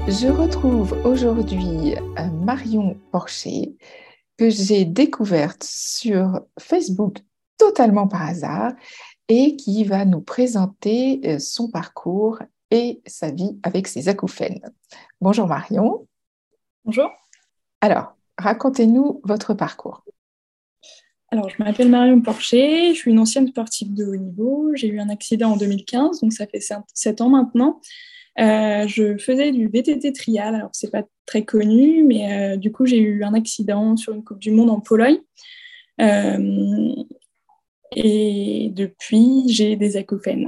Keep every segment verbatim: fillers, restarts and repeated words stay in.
Je retrouve aujourd'hui euh, Marion Porcher, que j'ai découverte sur Facebook totalement par hasard et qui va nous présenter euh, son parcours et sa vie avec ses acouphènes. Bonjour Marion. Bonjour. Alors, racontez-nous votre parcours. Alors, je m'appelle Marion Porcher, je suis une ancienne sportive de haut niveau. J'ai eu un accident en deux mille quinze, donc ça fait sept ans maintenant. Euh, je faisais du V T T trial, alors c'est pas très connu, mais euh, du coup j'ai eu un accident sur une Coupe du Monde en Pologne. Euh, et depuis, j'ai des acouphènes.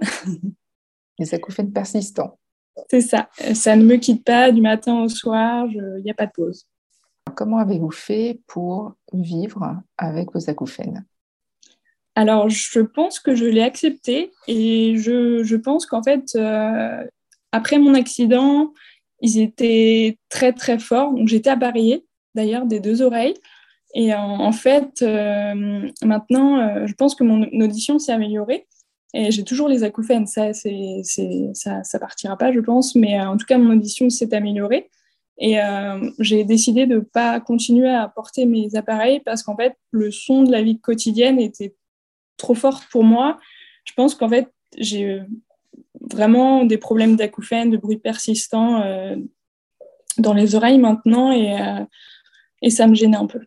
Les acouphènes persistants. C'est ça, ça ne me quitte pas du matin au soir, il n'y a pas de pause. Comment avez-vous fait pour vivre avec vos acouphènes? Alors, je pense que je l'ai accepté et je, je pense qu'en fait, euh, après mon accident, ils étaient très très forts. Donc, j'étais appareillée d'ailleurs des deux oreilles. Et en, en fait, euh, maintenant, euh, je pense que mon audition s'est améliorée. Et j'ai toujours les acouphènes, ça, c'est, c'est, ça, ça partira pas, je pense. Mais euh, en tout cas, mon audition s'est améliorée. Et euh, j'ai décidé de ne pas continuer à porter mes appareils parce qu'en fait, le son de la vie quotidienne était trop forte pour moi. Je pense qu'en fait, j'ai vraiment des problèmes d'acouphènes, de bruit persistant euh, dans les oreilles maintenant et, euh, et ça me gênait un peu.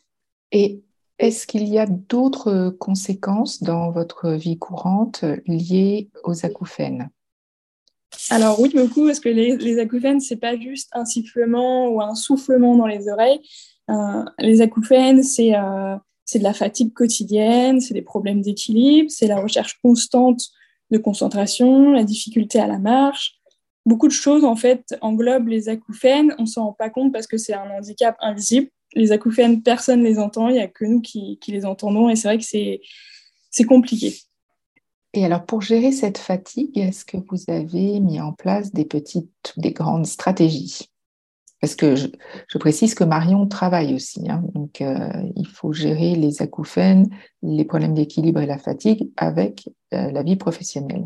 Et est-ce qu'il y a d'autres conséquences dans votre vie courante liées aux acouphènes? Alors oui, beaucoup, parce que les, les acouphènes, c'est pas juste un sifflement ou un soufflement dans les oreilles. Euh, les acouphènes, c'est euh, c'est de la fatigue quotidienne, c'est des problèmes d'équilibre, c'est la recherche constante de concentration, la difficulté à la marche. Beaucoup de choses, en fait, englobent les acouphènes. On s'en rend pas compte parce que c'est un handicap invisible. Les acouphènes, personne ne les entend, il n'y a que nous qui, qui les entendons et c'est vrai que c'est, c'est compliqué. Et alors, pour gérer cette fatigue, est-ce que vous avez mis en place des petites, des grandes stratégies? Parce que je, je précise que Marion travaille aussi, hein, donc euh, il faut gérer les acouphènes, les problèmes d'équilibre et la fatigue avec euh, la vie professionnelle.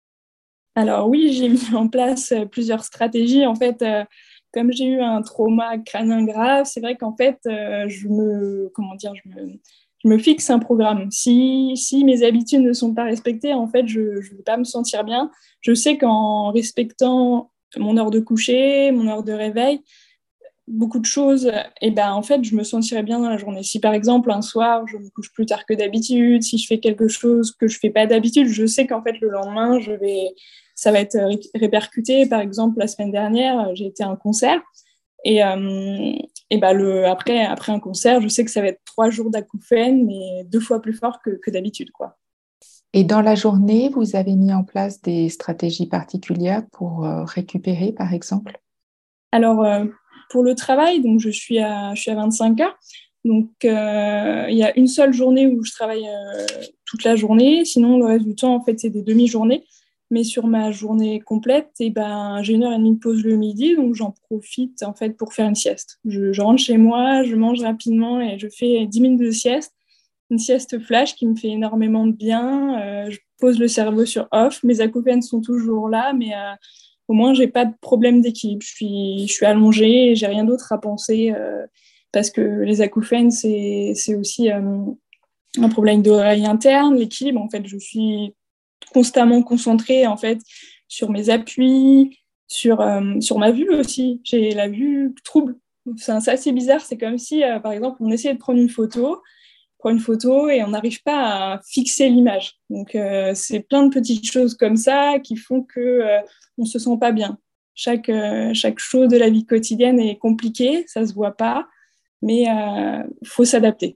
Alors oui, j'ai mis en place euh, plusieurs stratégies. En fait, euh, comme j'ai eu un trauma crânien grave, c'est vrai qu'en fait, euh, je me, comment dire, je me, je me fixe un programme. Si, si mes habitudes ne sont pas respectées, en fait, je ne vais pas me sentir bien. Je sais qu'en respectant mon heure de coucher, mon heure de réveil, beaucoup de choses, et ben en fait, je me sentirais bien dans la journée. Si par exemple, un soir, je me couche plus tard que d'habitude, si je fais quelque chose que je fais pas d'habitude, je sais qu'en fait, le lendemain, je vais, ça va être ré- répercuté. Par exemple, la semaine dernière, j'ai été à un concert, et, euh, et ben le, après, après un concert, je sais que ça va être trois jours d'acouphènes, mais deux fois plus fort que, que d'habitude, quoi. Et dans la journée, vous avez mis en place des stratégies particulières pour euh, récupérer, par exemple? Alors, euh, pour le travail, donc je suis à, je suis à vingt-cinq heures. Donc, euh, il y a une seule journée où je travaille euh, toute la journée. Sinon, le reste du temps, en fait, c'est des demi-journées. Mais sur ma journée complète, eh ben, j'ai une heure et demie de pause le midi, donc j'en profite en fait pour faire une sieste. Je, je rentre chez moi, je mange rapidement et je fais dix minutes de sieste. Une sieste flash qui me fait énormément de bien. Euh, je pose le cerveau sur off. Mes acouphènes sont toujours là, mais euh, au moins, j'ai pas de problème d'équilibre. Je suis, je suis allongée et j'ai rien d'autre à penser euh, parce que les acouphènes, c'est, c'est aussi euh, un problème d'oreille interne, l'équilibre. En fait, je suis constamment concentrée en fait sur mes appuis, sur, euh, sur ma vue aussi. J'ai la vue trouble. C'est, c'est assez bizarre. C'est comme si, euh, par exemple, on essayait de prendre une photo prend une photo et on n'arrive pas à fixer l'image. Donc, euh, c'est plein de petites choses comme ça qui font qu'on euh, ne se sent pas bien. Chaque, euh, chaque chose de la vie quotidienne est compliquée, ça ne se voit pas, mais il euh, faut s'adapter.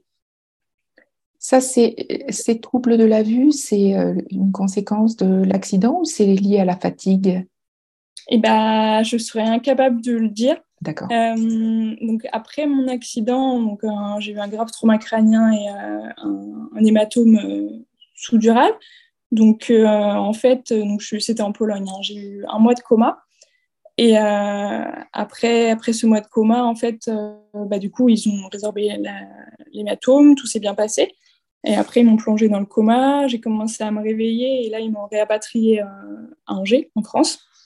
Ça, c'est ces troubles de la vue, c'est euh, une conséquence de l'accident ou c'est lié à la fatigue? Et ben, je serais incapable de le dire. D'accord. Euh, donc après mon accident, donc, euh, j'ai eu un grave trauma crânien et euh, un, un hématome euh, sous-dural. Donc, euh, en fait, donc, je, c'était en Pologne. Hein. J'ai eu un mois de coma. Et euh, après, après ce mois de coma, en fait, euh, bah, du coup, ils ont résorbé la, l'hématome, tout s'est bien passé. Et après, ils m'ont plongé dans le coma. J'ai commencé à me réveiller et là, ils m'ont réapatrié euh, à Angers, en France.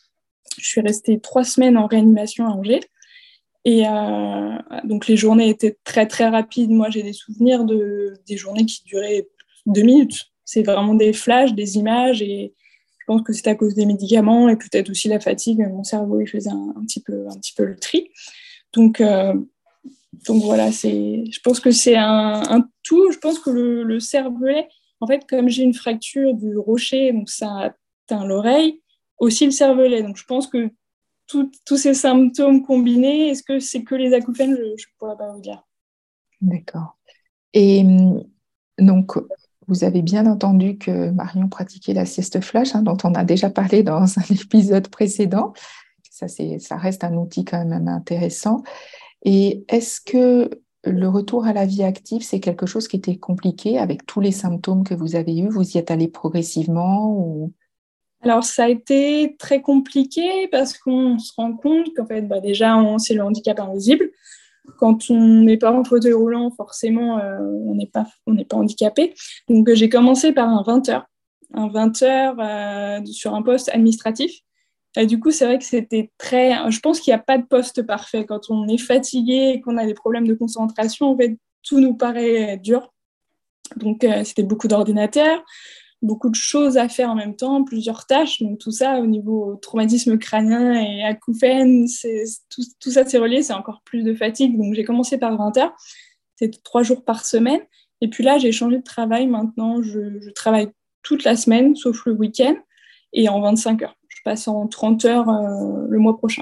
Je suis restée trois semaines en réanimation à Angers. Et euh, donc, les journées étaient très, très rapides. Moi, j'ai des souvenirs de, des journées qui duraient deux minutes. C'est vraiment des flashs, des images. Et je pense que c'est à cause des médicaments et peut-être aussi la fatigue. Mon cerveau, il faisait un, un, petit, peu, un petit peu le tri. Donc, euh, donc voilà, c'est, je pense que c'est un, un tout. Je pense que le, le cervelet, en fait, comme j'ai une fracture du rocher, donc ça atteint l'oreille, aussi le cervelet. Donc, je pense que tout, tous ces symptômes combinés, est-ce que c'est que les acouphènes? Je ne pourrais pas vous dire. D'accord. Et donc, vous avez bien entendu que Marion pratiquait la sieste flash, hein, dont on a déjà parlé dans un épisode précédent. Ça, c'est, ça reste un outil quand même intéressant. Et est-ce que le retour à la vie active, c'est quelque chose qui était compliqué avec tous les symptômes que vous avez eus? Vous y êtes allé progressivement ou... Alors, ça a été très compliqué parce qu'on se rend compte qu'en fait, bah, déjà, on, c'est le handicap invisible. Quand on n'est pas en fauteuil roulant, forcément, euh, on n'est pas, on n'est pas handicapé. Donc, euh, j'ai commencé par un vingt heures. Un vingt heures euh, sur un poste administratif. Et du coup, c'est vrai que c'était très... Je pense qu'il n'y a pas de poste parfait. Quand on est fatigué et qu'on a des problèmes de concentration, en fait, tout nous paraît dur. Donc, euh, c'était beaucoup d'ordinateurs, beaucoup de choses à faire en même temps, plusieurs tâches. Donc, tout ça, au niveau traumatisme crânien et acouphènes, c'est, tout, tout ça, c'est relié, c'est encore plus de fatigue. Donc, j'ai commencé par vingt heures. C'était trois jours par semaine. Et puis là, j'ai changé de travail. Maintenant, je, je travaille toute la semaine, sauf le week-end, et en vingt-cinq heures. Je passe en trente heures euh, le mois prochain.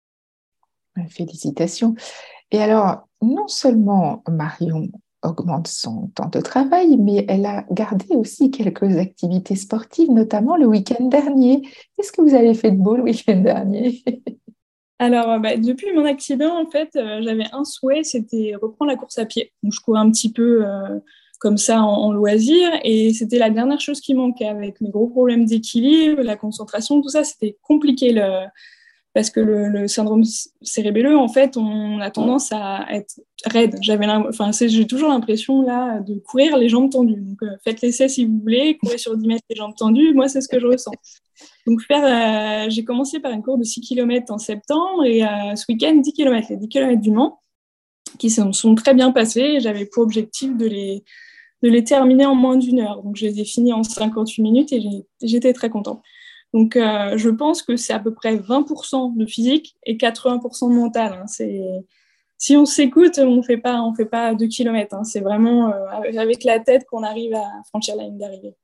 Félicitations. Et alors, non seulement Marion augmente son temps de travail, mais elle a gardé aussi quelques activités sportives, notamment le week-end dernier. Qu'est-ce que vous avez fait de beau le week-end dernier? Alors, bah, depuis mon accident, en fait, euh, j'avais un souhait, c'était reprendre la course à pied. Donc, je courais un petit peu euh, comme ça en, en loisir, et c'était la dernière chose qui manquait. Avec mes gros problèmes d'équilibre, la concentration, tout ça, c'était compliqué. Le... Parce que le, le syndrome cérébelleux, en fait, on a tendance à être raide. J'avais enfin, j'ai toujours l'impression là, de courir les jambes tendues. Donc, euh, faites l'essai si vous voulez, courir sur dix mètres les jambes tendues. Moi, c'est ce que je ressens. Donc, faire, euh, j'ai commencé par une course de six kilomètres en septembre et euh, ce week-end, dix kilomètres, les dix kilomètres du Mans, qui sont, sont très bien passés. J'avais pour objectif de les, de les terminer en moins d'une heure. Donc, je les ai finis en cinquante-huit minutes et j'ai, j'étais très contente. Donc, euh, je pense que c'est à peu près vingt pour cent de physique et quatre-vingts pour cent de mental. Hein. C'est... Si on s'écoute, on ne fait pas, on fait pas deux kilomètres. Hein. C'est vraiment euh, avec la tête qu'on arrive à franchir la ligne d'arrivée.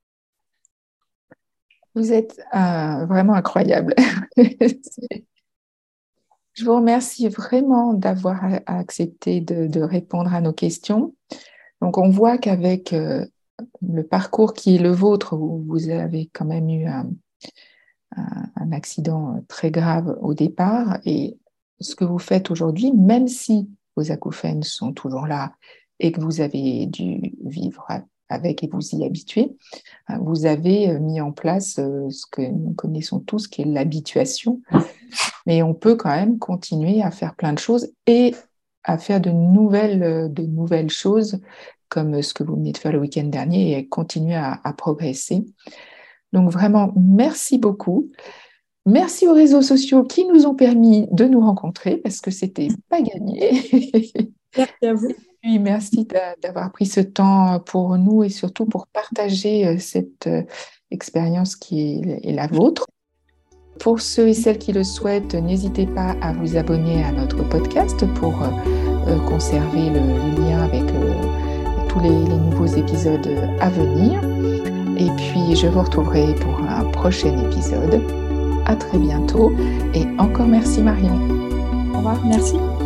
Vous êtes euh, vraiment incroyable. Je vous remercie vraiment d'avoir accepté de, de répondre à nos questions. Donc, on voit qu'avec euh, le parcours qui est le vôtre, où vous avez quand même eu un, un, un accident très grave au départ, et ce que vous faites aujourd'hui, même si vos acouphènes sont toujours là et que vous avez dû vivre avec et vous y habituer, vous avez mis en place ce que nous connaissons tous, qui est l'habituation. Mais on peut quand même continuer à faire plein de choses et à faire de nouvelles, de nouvelles choses, comme ce que vous venez de faire le week-end dernier, et continuer à, à progresser. Donc vraiment, merci beaucoup. Merci aux réseaux sociaux qui nous ont permis de nous rencontrer, parce que c'était pas gagné. Merci à vous. Et merci d'avoir pris ce temps pour nous et surtout pour partager cette expérience qui est la vôtre. Pour ceux et celles qui le souhaitent, n'hésitez pas à vous abonner à notre podcast pour euh, conserver le, le lien avec euh, tous les, les nouveaux épisodes à venir. Et puis, je vous retrouverai pour un prochain épisode. À très bientôt et encore merci Marion. Au revoir, merci.